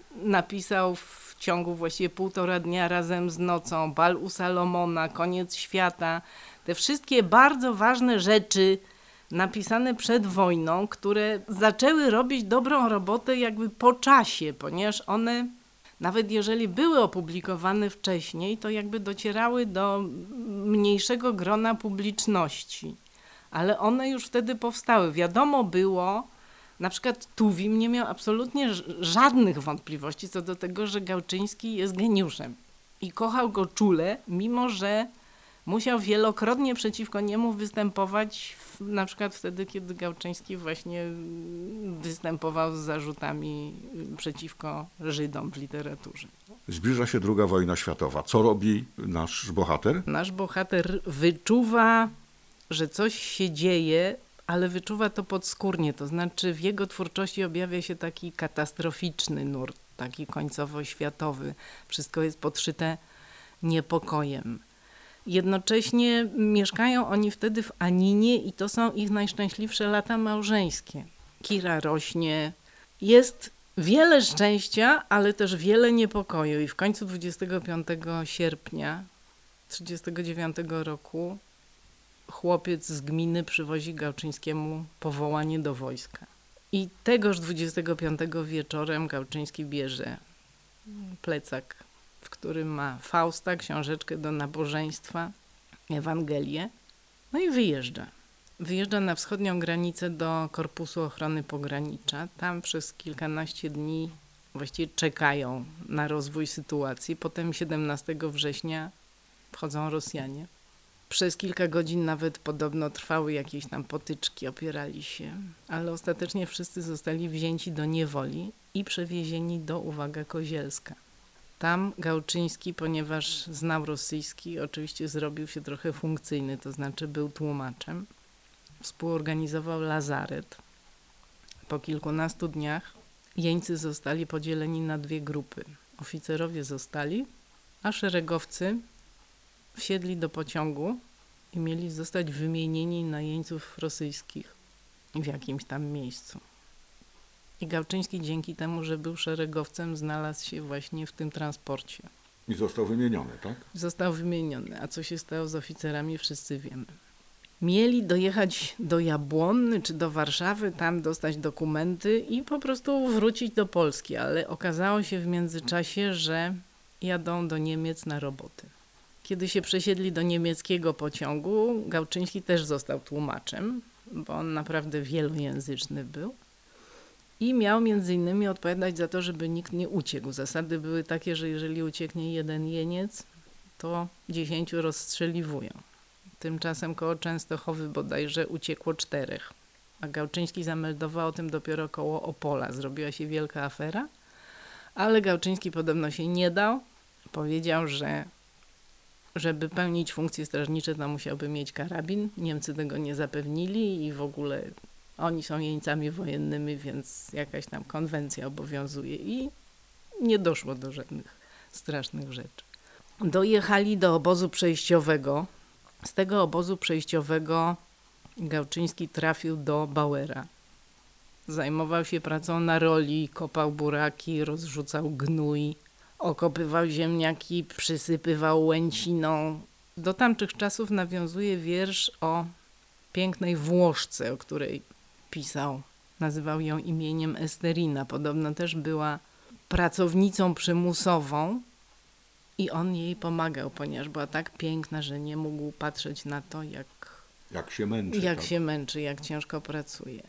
napisał w ciągu właściwie półtora dnia razem z nocą, Bal u Salomona, Koniec świata. Te wszystkie bardzo ważne rzeczy napisane przed wojną, które zaczęły robić dobrą robotę jakby po czasie, ponieważ one, nawet jeżeli były opublikowane wcześniej, to jakby docierały do mniejszego grona publiczności. Ale one już wtedy powstały. Wiadomo było, na przykład Tuwim nie miał absolutnie żadnych wątpliwości co do tego, że Gałczyński jest geniuszem. I kochał go czule, mimo że musiał wielokrotnie przeciwko niemu występować, w, na przykład wtedy, kiedy Gałczyński właśnie występował z zarzutami przeciwko Żydom w literaturze. Zbliża się druga wojna światowa. Co robi nasz bohater? Nasz bohater wyczuwa, że coś się dzieje, ale wyczuwa to podskórnie, to znaczy w jego twórczości objawia się taki katastroficzny nurt, taki końcowo-światowy. Wszystko jest podszyte niepokojem. Jednocześnie mieszkają oni wtedy w Aninie i to są ich najszczęśliwsze lata małżeńskie. Kira rośnie, jest wiele szczęścia, ale też wiele niepokoju i w końcu dwudziestego piątego sierpnia tysiąc dziewięćset trzydziestego dziewiątego roku chłopiec z gminy przywozi Gałczyńskiemu powołanie do wojska. I tegoż dwudziestego piątego wieczorem Gałczyński bierze plecak, w którym ma Fausta, książeczkę do nabożeństwa, Ewangelię, no i wyjeżdża. Wyjeżdża na wschodnią granicę do Korpusu Ochrony Pogranicza. Tam przez kilkanaście dni właściwie czekają na rozwój sytuacji. Potem siedemnastego września wchodzą Rosjanie. Przez kilka godzin nawet podobno trwały jakieś tam potyczki, opierali się, ale ostatecznie wszyscy zostali wzięci do niewoli i przewiezieni do, uwaga, Kozielska. Tam Gałczyński, ponieważ znał rosyjski, oczywiście zrobił się trochę funkcyjny, to znaczy był tłumaczem. Współorganizował lazaret. Po kilkunastu dniach jeńcy zostali podzieleni na dwie grupy. Oficerowie zostali, a szeregowcy wsiedli do pociągu i mieli zostać wymienieni na jeńców rosyjskich w jakimś tam miejscu. I Gałczyński dzięki temu, że był szeregowcem, znalazł się właśnie w tym transporcie. I został wymieniony, tak? Został wymieniony, a co się stało z oficerami, wszyscy wiemy. Mieli dojechać do Jabłonny czy do Warszawy, tam dostać dokumenty i po prostu wrócić do Polski, ale okazało się w międzyczasie, że jadą do Niemiec na roboty. Kiedy się przesiedli do niemieckiego pociągu, Gałczyński też został tłumaczem, bo on naprawdę wielojęzyczny był. I miał między innymi odpowiadać za to, żeby nikt nie uciekł. Zasady były takie, że jeżeli ucieknie jeden jeniec, to dziesięciu rozstrzeliwują. Tymczasem koło Częstochowy bodajże uciekło czterech. A Gałczyński zameldował o tym dopiero koło Opola. Zrobiła się wielka afera, ale Gałczyński podobno się nie dał. Powiedział, że żeby pełnić funkcje strażnicze, to musiałby mieć karabin. Niemcy tego nie zapewnili i w ogóle oni są jeńcami wojennymi, więc jakaś tam konwencja obowiązuje i nie doszło do żadnych strasznych rzeczy. Dojechali do obozu przejściowego. Z tego obozu przejściowego Gałczyński trafił do Bauera. Zajmował się pracą na roli, kopał buraki, rozrzucał gnój, okopywał ziemniaki, przysypywał łęciną. Do tamtych czasów nawiązuje wiersz o pięknej Włoszce, o której pisał. Nazywał ją imieniem Esterina. Podobno też była pracownicą przymusową i on jej pomagał, ponieważ była tak piękna, że nie mógł patrzeć na to, jak, jak się męczy. Jak tak. się męczy, jak ciężko pracuje.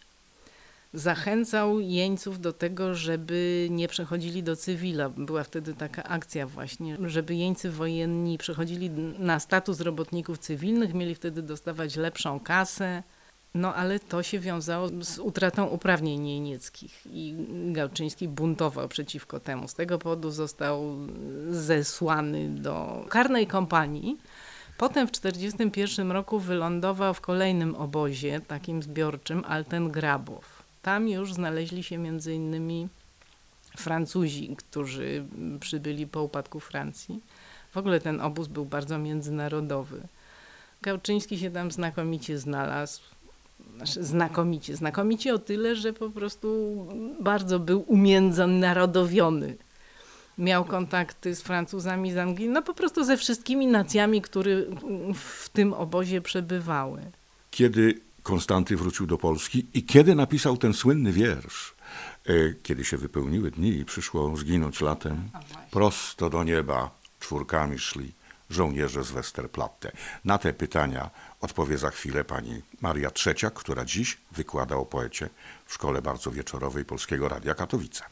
Zachęcał jeńców do tego, żeby nie przechodzili do cywila. Była wtedy taka akcja właśnie, żeby jeńcy wojenni przechodzili na status robotników cywilnych, mieli wtedy dostawać lepszą kasę. No ale to się wiązało z utratą uprawnień jenieckich i Gałczyński buntował przeciwko temu. Z tego powodu został zesłany do karnej kompanii. Potem w tysiąc dziewięćset czterdziestym pierwszym roku wylądował w kolejnym obozie, takim zbiorczym, Altengrabow. Tam już znaleźli się między innymi Francuzi, którzy przybyli po upadku Francji. W ogóle ten obóz był bardzo międzynarodowy. Gałczyński się tam znakomicie znalazł. Znaczy, znakomicie, znakomicie o tyle, że po prostu bardzo był umiędzynarodowiony. Miał kontakty z Francuzami, z Anglii, no po prostu ze wszystkimi nacjami, które w tym obozie przebywały. Kiedy Konstanty wrócił do Polski i kiedy napisał ten słynny wiersz, kiedy się wypełniły dni i przyszło zginąć latem, prosto do nieba czwórkami szli żołnierze z Westerplatte. Na te pytania odpowie za chwilę pani Maria Trzeciak, która dziś wykłada o poecie w Szkole Bardzo Wieczorowej Polskiego Radia Katowice.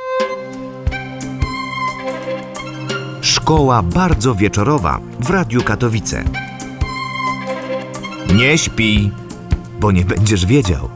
Szkoła Bardzo Wieczorowa w Radiu Katowice. Nie śpi, bo nie będziesz wiedział.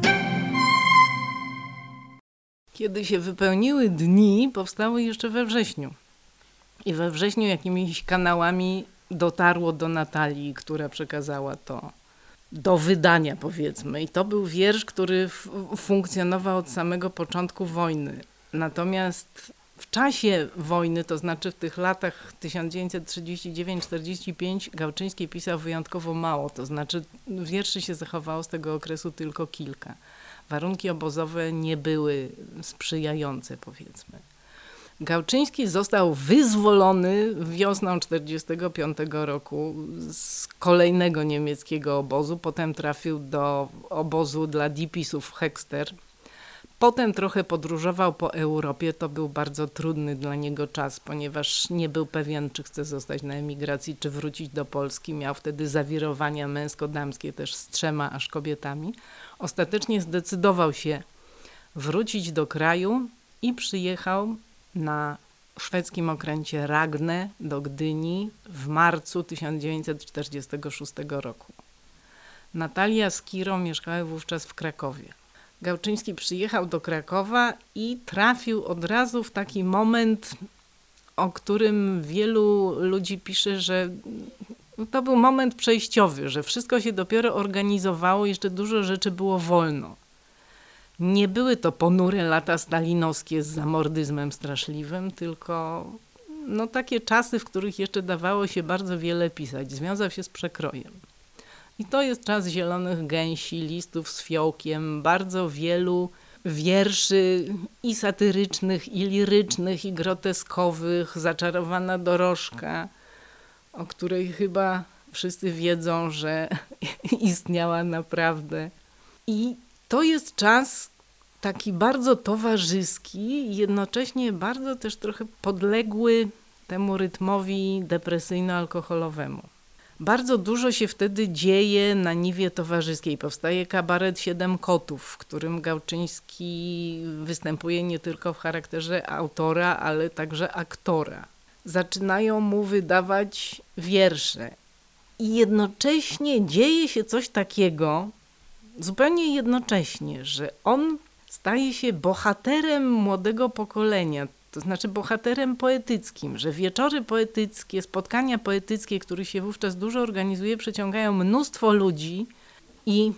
Kiedy się wypełniły dni, powstały jeszcze we wrześniu. I we wrześniu jakimiś kanałami dotarło do Natalii, która przekazała to do wydania, powiedzmy. I to był wiersz, który f- funkcjonował od samego początku wojny. Natomiast w czasie wojny, to znaczy w tych latach tysiąc dziewięćset trzydziesty dziewiąty czterdziesty piąty, Gałczyński pisał wyjątkowo mało. To znaczy wierszy się zachowało z tego okresu tylko kilka. Warunki obozowe nie były sprzyjające, powiedzmy. Gałczyński został wyzwolony wiosną tysiąc dziewięćset czterdziestego piątego roku z kolejnego niemieckiego obozu. Potem trafił do obozu dla dipisów w Höxter. Potem trochę podróżował po Europie. To był bardzo trudny dla niego czas, ponieważ nie był pewien, czy chce zostać na emigracji, czy wrócić do Polski. Miał wtedy zawirowania męsko-damskie też z trzema aż kobietami. Ostatecznie zdecydował się wrócić do kraju i przyjechał na szwedzkim okręcie Ragne do Gdyni w marcu tysiąc dziewięćset czterdziestego szóstego roku. Natalia z Kirą mieszkały wówczas w Krakowie. Gałczyński przyjechał do Krakowa i trafił od razu w taki moment, o którym wielu ludzi pisze, że to był moment przejściowy, że wszystko się dopiero organizowało, jeszcze dużo rzeczy było wolno. Nie były to ponure lata stalinowskie z zamordyzmem straszliwym, tylko no, takie czasy, w których jeszcze dawało się bardzo wiele pisać. Związał się z przekrojem. I to jest czas zielonych gęsi, listów z fiołkiem, bardzo wielu wierszy i satyrycznych, i lirycznych, i groteskowych, Zaczarowana dorożka, o której chyba wszyscy wiedzą, że istniała naprawdę. I to jest czas taki bardzo towarzyski, jednocześnie bardzo też trochę podległy temu rytmowi depresyjno-alkoholowemu. Bardzo dużo się wtedy dzieje na niwie towarzyskiej. Powstaje kabaret Siedem Kotów, w którym Gałczyński występuje nie tylko w charakterze autora, ale także aktora. Zaczynają mu wydawać wiersze. I jednocześnie dzieje się coś takiego, zupełnie jednocześnie, że on staje się bohaterem młodego pokolenia, to znaczy bohaterem poetyckim, że wieczory poetyckie, spotkania poetyckie, których się wówczas dużo organizuje, przyciągają mnóstwo ludzi i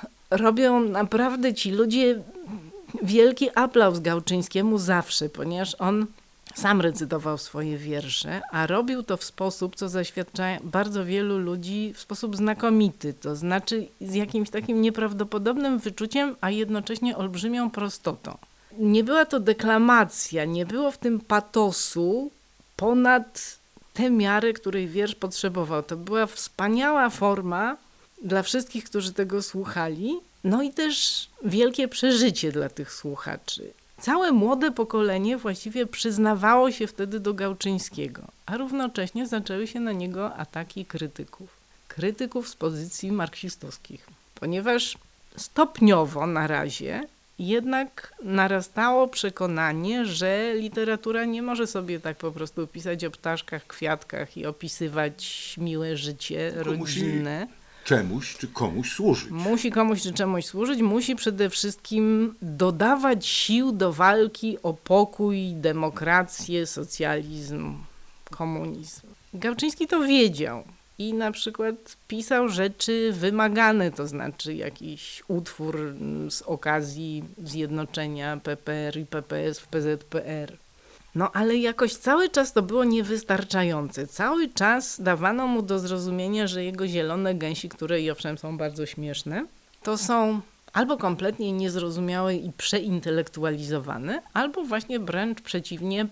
robią naprawdę ci ludzie wielki aplauz Gałczyńskiemu zawsze, ponieważ on sam recytował swoje wiersze, a robił to w sposób, co zaświadcza bardzo wielu ludzi, w sposób znakomity, to znaczy z jakimś takim nieprawdopodobnym wyczuciem, a jednocześnie olbrzymią prostotą. Nie była to deklamacja, nie było w tym patosu ponad tę miarę, której wiersz potrzebował. To była wspaniała forma dla wszystkich, którzy tego słuchali, no i też wielkie przeżycie dla tych słuchaczy. Całe młode pokolenie właściwie przyznawało się wtedy do Gałczyńskiego, a równocześnie zaczęły się na niego ataki krytyków. Krytyków z pozycji marksistowskich, ponieważ stopniowo na razie jednak narastało przekonanie, że literatura nie może sobie tak po prostu pisać o ptaszkach, kwiatkach i opisywać miłe życie Tylko rodzinne. Musi czemuś czy komuś służyć. Musi komuś czy czemuś służyć, musi przede wszystkim dodawać sił do walki o pokój, demokrację, socjalizm, komunizm. Gałczyński to wiedział i na przykład pisał rzeczy wymagane, to znaczy jakiś utwór z okazji zjednoczenia P P R i P P S w P Z P R. No ale jakoś cały czas to było niewystarczające. Cały czas dawano mu do zrozumienia, że jego zielone gęsi, które i owszem są bardzo śmieszne, to są albo kompletnie niezrozumiałe i przeintelektualizowane, albo właśnie wręcz przeciwnie,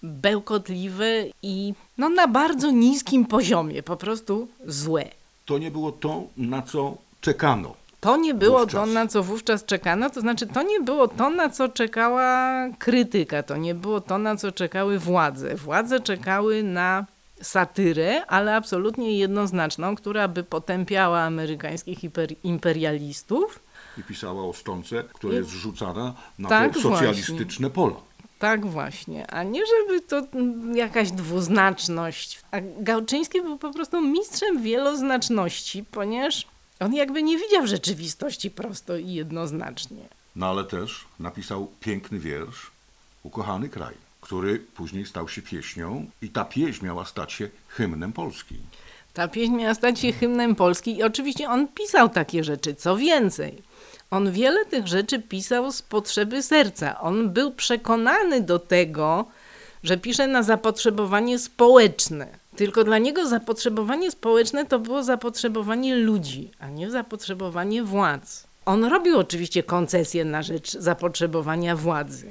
bełkotliwe i no na bardzo niskim poziomie, po prostu złe. To nie było to, na co czekano. To nie było wówczas. to, na co wówczas czekano, to znaczy to nie było to, na co czekała krytyka, to nie było to, na co czekały władze. Władze czekały na satyrę, ale absolutnie jednoznaczną, która by potępiała amerykańskich imperialistów. I pisała o stonce, która jest rzucana na tak te socjalistyczne właśnie. pola. Tak właśnie, a nie żeby to jakaś dwuznaczność. A Gałczyński był po prostu mistrzem wieloznaczności, ponieważ on jakby nie widział rzeczywistości prosto i jednoznacznie. No ale też napisał piękny wiersz Ukochany kraj, który później stał się pieśnią i ta pieśń miała stać się hymnem Polski. Ta pieśń miała stać się hymnem Polski i oczywiście on pisał takie rzeczy, co więcej. On wiele tych rzeczy pisał z potrzeby serca. On był przekonany do tego, że pisze na zapotrzebowanie społeczne. Tylko dla niego zapotrzebowanie społeczne to było zapotrzebowanie ludzi, a nie zapotrzebowanie władz. On robił oczywiście koncesje na rzecz zapotrzebowania władzy.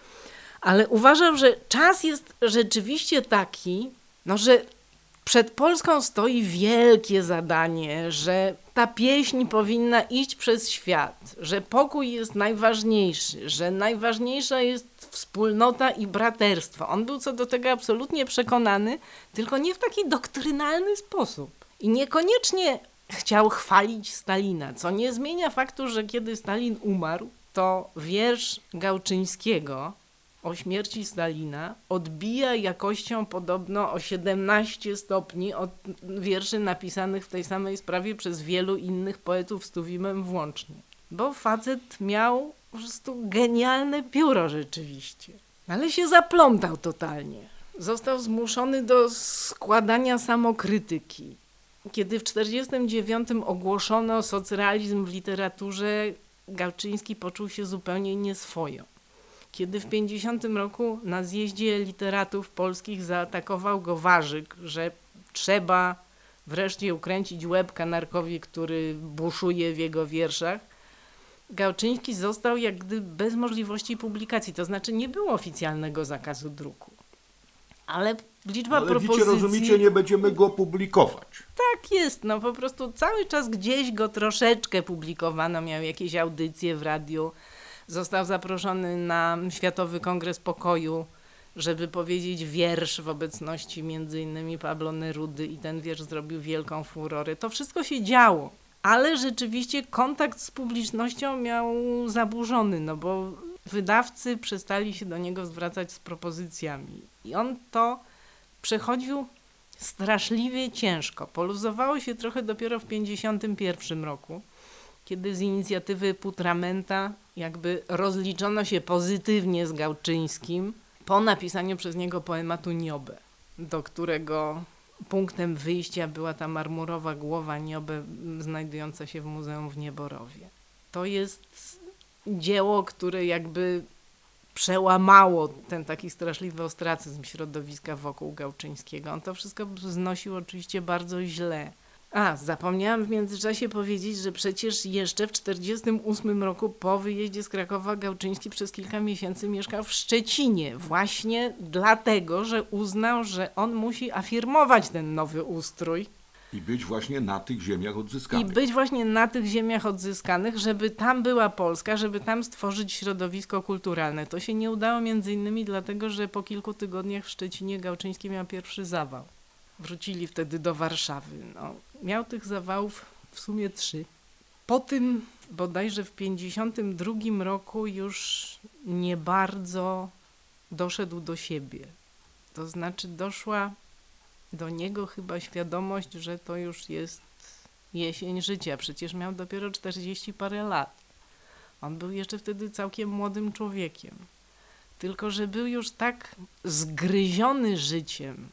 Ale uważał, że czas jest rzeczywiście taki, no, że przed Polską stoi wielkie zadanie, że ta pieśń powinna iść przez świat, że pokój jest najważniejszy, że najważniejsza jest wspólnota i braterstwo. On był co do tego absolutnie przekonany, tylko nie w taki doktrynalny sposób. I niekoniecznie chciał chwalić Stalina, co nie zmienia faktu, że kiedy Stalin umarł, to wiersz Gałczyńskiego o śmierci Stalina odbija jakością podobno o siedemnaście stopni od wierszy napisanych w tej samej sprawie przez wielu innych poetów z Tuwimem włącznie. Bo facet miał po prostu genialne pióro rzeczywiście. Ale się zaplątał totalnie. Został zmuszony do składania samokrytyki. Kiedy w czterdziestym dziewiątym ogłoszono socrealizm w literaturze, Gałczyński poczuł się zupełnie nieswojo. Kiedy w pięćdziesiątym roku na zjeździe literatów polskich zaatakował go Warzyk, że trzeba wreszcie ukręcić łeb Kanarkowi, który buszuje w jego wierszach, Gałczyński został jak gdyby bez możliwości publikacji, to znaczy nie było oficjalnego zakazu druku. Ale liczba Ale propozycji... widzicie, rozumiecie, nie będziemy go publikować. Tak jest, no po prostu cały czas gdzieś go troszeczkę publikowano, miał jakieś audycje w radiu, został zaproszony na Światowy Kongres Pokoju, żeby powiedzieć wiersz w obecności między innymi Pablo Nerudy i ten wiersz zrobił wielką furorę. To wszystko się działo, ale rzeczywiście kontakt z publicznością miał zaburzony, no bo wydawcy przestali się do niego zwracać z propozycjami. I on to przechodził straszliwie ciężko. Poluzowało się trochę dopiero w pięćdziesiątym pierwszym roku, kiedy z inicjatywy Putramenta jakby rozliczono się pozytywnie z Gałczyńskim po napisaniu przez niego poematu Niobę, do którego punktem wyjścia była ta marmurowa głowa Niobę znajdująca się w Muzeum w Nieborowie. To jest dzieło, które jakby przełamało ten taki straszliwy ostracyzm środowiska wokół Gałczyńskiego. On to wszystko znosił oczywiście bardzo źle. A, zapomniałam w międzyczasie powiedzieć, że przecież jeszcze w czterdziestym ósmym roku po wyjeździe z Krakowa Gałczyński przez kilka miesięcy mieszkał w Szczecinie. Właśnie dlatego, że uznał, że on musi afirmować ten nowy ustrój. I być właśnie na tych ziemiach odzyskanych. I być właśnie na tych ziemiach odzyskanych, żeby tam była Polska, żeby tam stworzyć środowisko kulturalne. To się nie udało między innymi dlatego, że po kilku tygodniach w Szczecinie Gałczyński miał pierwszy zawał. Wrócili wtedy do Warszawy. No, miał tych zawałów w sumie trzy. Po tym bodajże w pięćdziesiątym drugim roku już nie bardzo doszedł do siebie. To znaczy doszła do niego chyba świadomość, że to już jest jesień życia. Przecież miał dopiero czterdzieści parę lat. On był jeszcze wtedy całkiem młodym człowiekiem. Tylko że był już tak zgryziony życiem,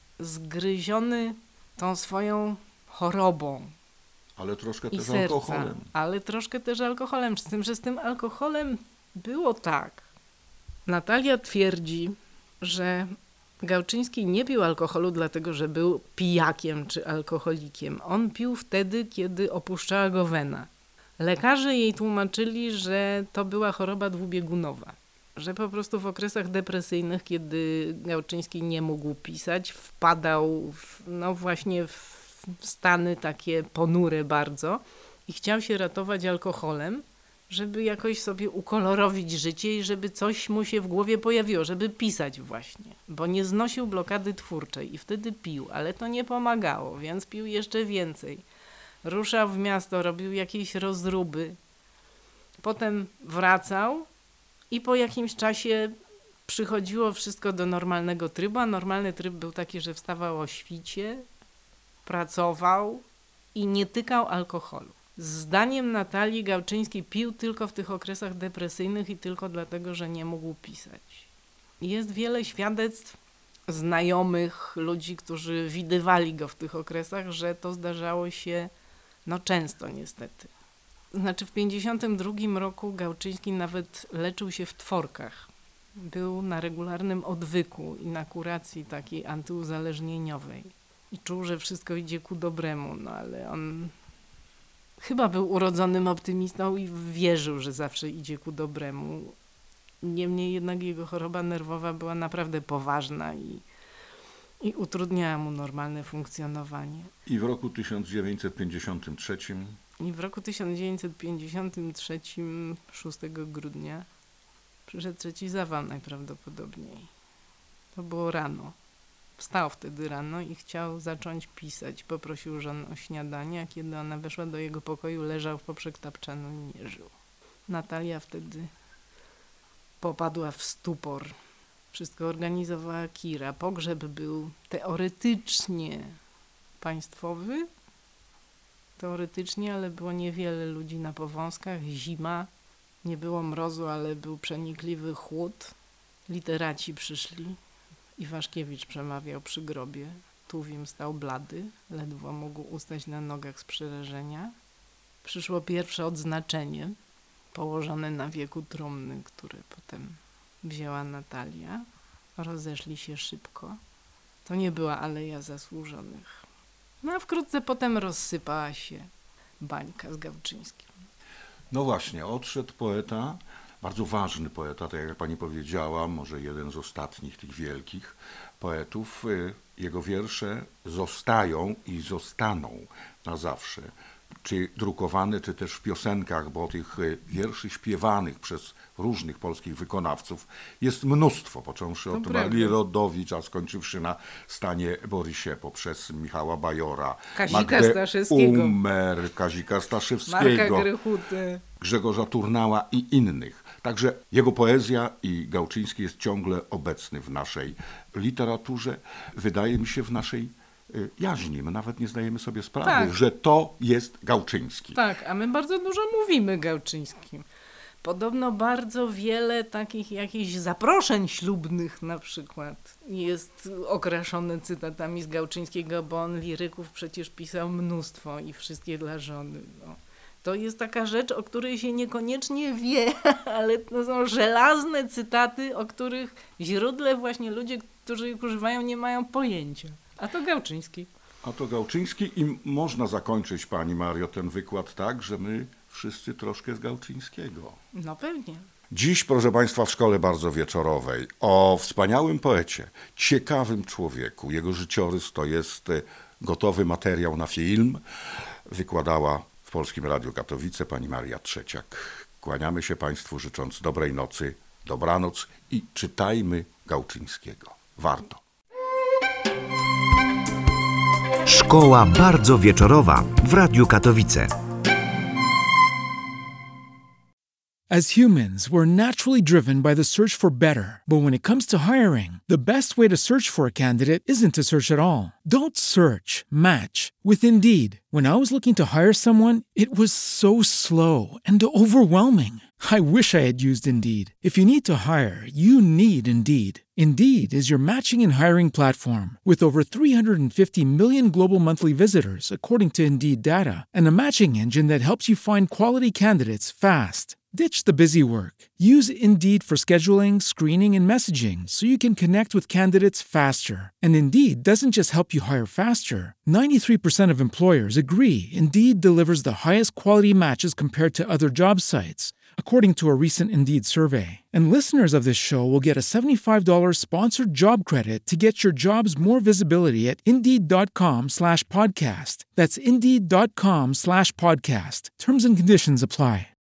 zgryziony tą swoją chorobą. Ale troszkę i też serca, alkoholem. Ale troszkę też alkoholem. Z tym, że z tym alkoholem było tak. Natalia twierdzi, że Gałczyński nie pił alkoholu dlatego, że był pijakiem czy alkoholikiem. On pił wtedy, kiedy opuszczała go wena. Lekarze jej tłumaczyli, że to była choroba dwubiegunowa. Że po prostu w okresach depresyjnych, kiedy Gałczyński nie mógł pisać, wpadał w, no właśnie w stany takie ponure bardzo i chciał się ratować alkoholem, żeby jakoś sobie ukolorowić życie i żeby coś mu się w głowie pojawiło, żeby pisać właśnie, bo nie znosił blokady twórczej i wtedy pił, ale to nie pomagało, więc pił jeszcze więcej. Ruszał w miasto, robił jakieś rozruby, potem wracał i po jakimś czasie przychodziło wszystko do normalnego trybu, a normalny tryb był taki, że wstawał o świcie, pracował i nie tykał alkoholu. Zdaniem Natalii Gałczyński pił tylko w tych okresach depresyjnych i tylko dlatego, że nie mógł pisać. Jest wiele świadectw znajomych, ludzi, którzy widywali go w tych okresach, że to zdarzało się no często niestety. Znaczy w pięćdziesiątym drugim roku Gałczyński nawet leczył się w Tworkach. Był na regularnym odwyku i na kuracji takiej antyuzależnieniowej. I czuł, że wszystko idzie ku dobremu, no ale on chyba był urodzonym optymistą i wierzył, że zawsze idzie ku dobremu. Niemniej jednak jego choroba nerwowa była naprawdę poważna i, i utrudniała mu normalne funkcjonowanie. I w roku tysiąc dziewięćset pięćdziesiątym trzecim I w roku tysiąc dziewięćset pięćdziesiątym trzecim, szóstego grudnia, przyszedł trzeci zawał najprawdopodobniej. To było rano. Wstał wtedy rano i chciał zacząć pisać. Poprosił żonę o śniadanie, a kiedy ona weszła do jego pokoju, leżał w poprzek tapczanu i nie żył. Natalia wtedy popadła w stupor. Wszystko organizowała Kira. Pogrzeb był teoretycznie państwowy, teoretycznie, ale było niewiele ludzi na Powązkach, zima, nie było mrozu, ale był przenikliwy chłód. Literaci przyszli. Iwaszkiewicz przemawiał przy grobie. Tuwim stał blady, ledwo mógł ustać na nogach z przerażenia. Przyszło pierwsze odznaczenie, położone na wieku trumny, które potem wzięła Natalia. Rozeszli się szybko. To nie była aleja zasłużonych. No a wkrótce potem rozsypała się bańka z Gałczyńskim. No właśnie, odszedł poeta, bardzo ważny poeta, tak jak pani powiedziała, może jeden z ostatnich tych wielkich poetów. Jego wiersze zostają i zostaną na zawsze, czy drukowane, czy też w piosenkach, bo tych wierszy śpiewanych przez różnych polskich wykonawców jest mnóstwo, począwszy od Marii Rodowicz, a skończywszy na Stanie Borysie, poprzez Michała Bajora, Kazika Magdę Staszewskiego, Umer, Kazika Staszewskiego, Marka Grychutę, Grzegorza Turnała i innych. Także jego poezja i Gałczyński jest ciągle obecny w naszej literaturze, wydaje mi się w naszej y, jaźni. My nawet nie zdajemy sobie sprawy, Tak. że to jest Gałczyński. Tak, a my bardzo dużo mówimy Gałczyńskim. Podobno bardzo wiele takich jakichś zaproszeń ślubnych na przykład jest okraszone cytatami z Gałczyńskiego, bo on liryków przecież pisał mnóstwo i wszystkie dla żony. No. To jest taka rzecz, o której się niekoniecznie wie, ale to są żelazne cytaty, o których źródle właśnie ludzie, którzy ich używają, nie mają pojęcia. A to Gałczyński. A to Gałczyński i można zakończyć, pani Mario, ten wykład tak, że my wszyscy troszkę z Gałczyńskiego. No pewnie. Dziś, proszę państwa, w szkole bardzo wieczorowej o wspaniałym poecie, ciekawym człowieku. Jego życiorys to jest e, gotowy materiał na film. Wykładała w Polskim Radiu Katowice pani Maria Trzeciak. Kłaniamy się państwu, życząc dobrej nocy, dobranoc i czytajmy Gałczyńskiego. Warto. Szkoła bardzo wieczorowa w Radiu Katowice. As humans, we're naturally driven by the search for better. But when it comes to hiring, the best way to search for a candidate isn't to search at all. Don't search, match with Indeed. When I was looking to hire someone, it was so slow and overwhelming. I wish I had used Indeed. If you need to hire, you need Indeed. Indeed is your matching and hiring platform with over three hundred fifty million global monthly visitors, according to Indeed data, and a matching engine that helps you find quality candidates fast. Ditch the busy work. Use Indeed for scheduling, screening, and messaging so you can connect with candidates faster. And Indeed doesn't just help you hire faster. ninety-three percent of employers agree Indeed delivers the highest quality matches compared to other job sites, according to a recent Indeed survey. And listeners of this show will get a seventy-five dollars sponsored job credit to get your jobs more visibility at Indeed.com slash podcast. That's Indeed.com slash podcast. Terms and conditions apply.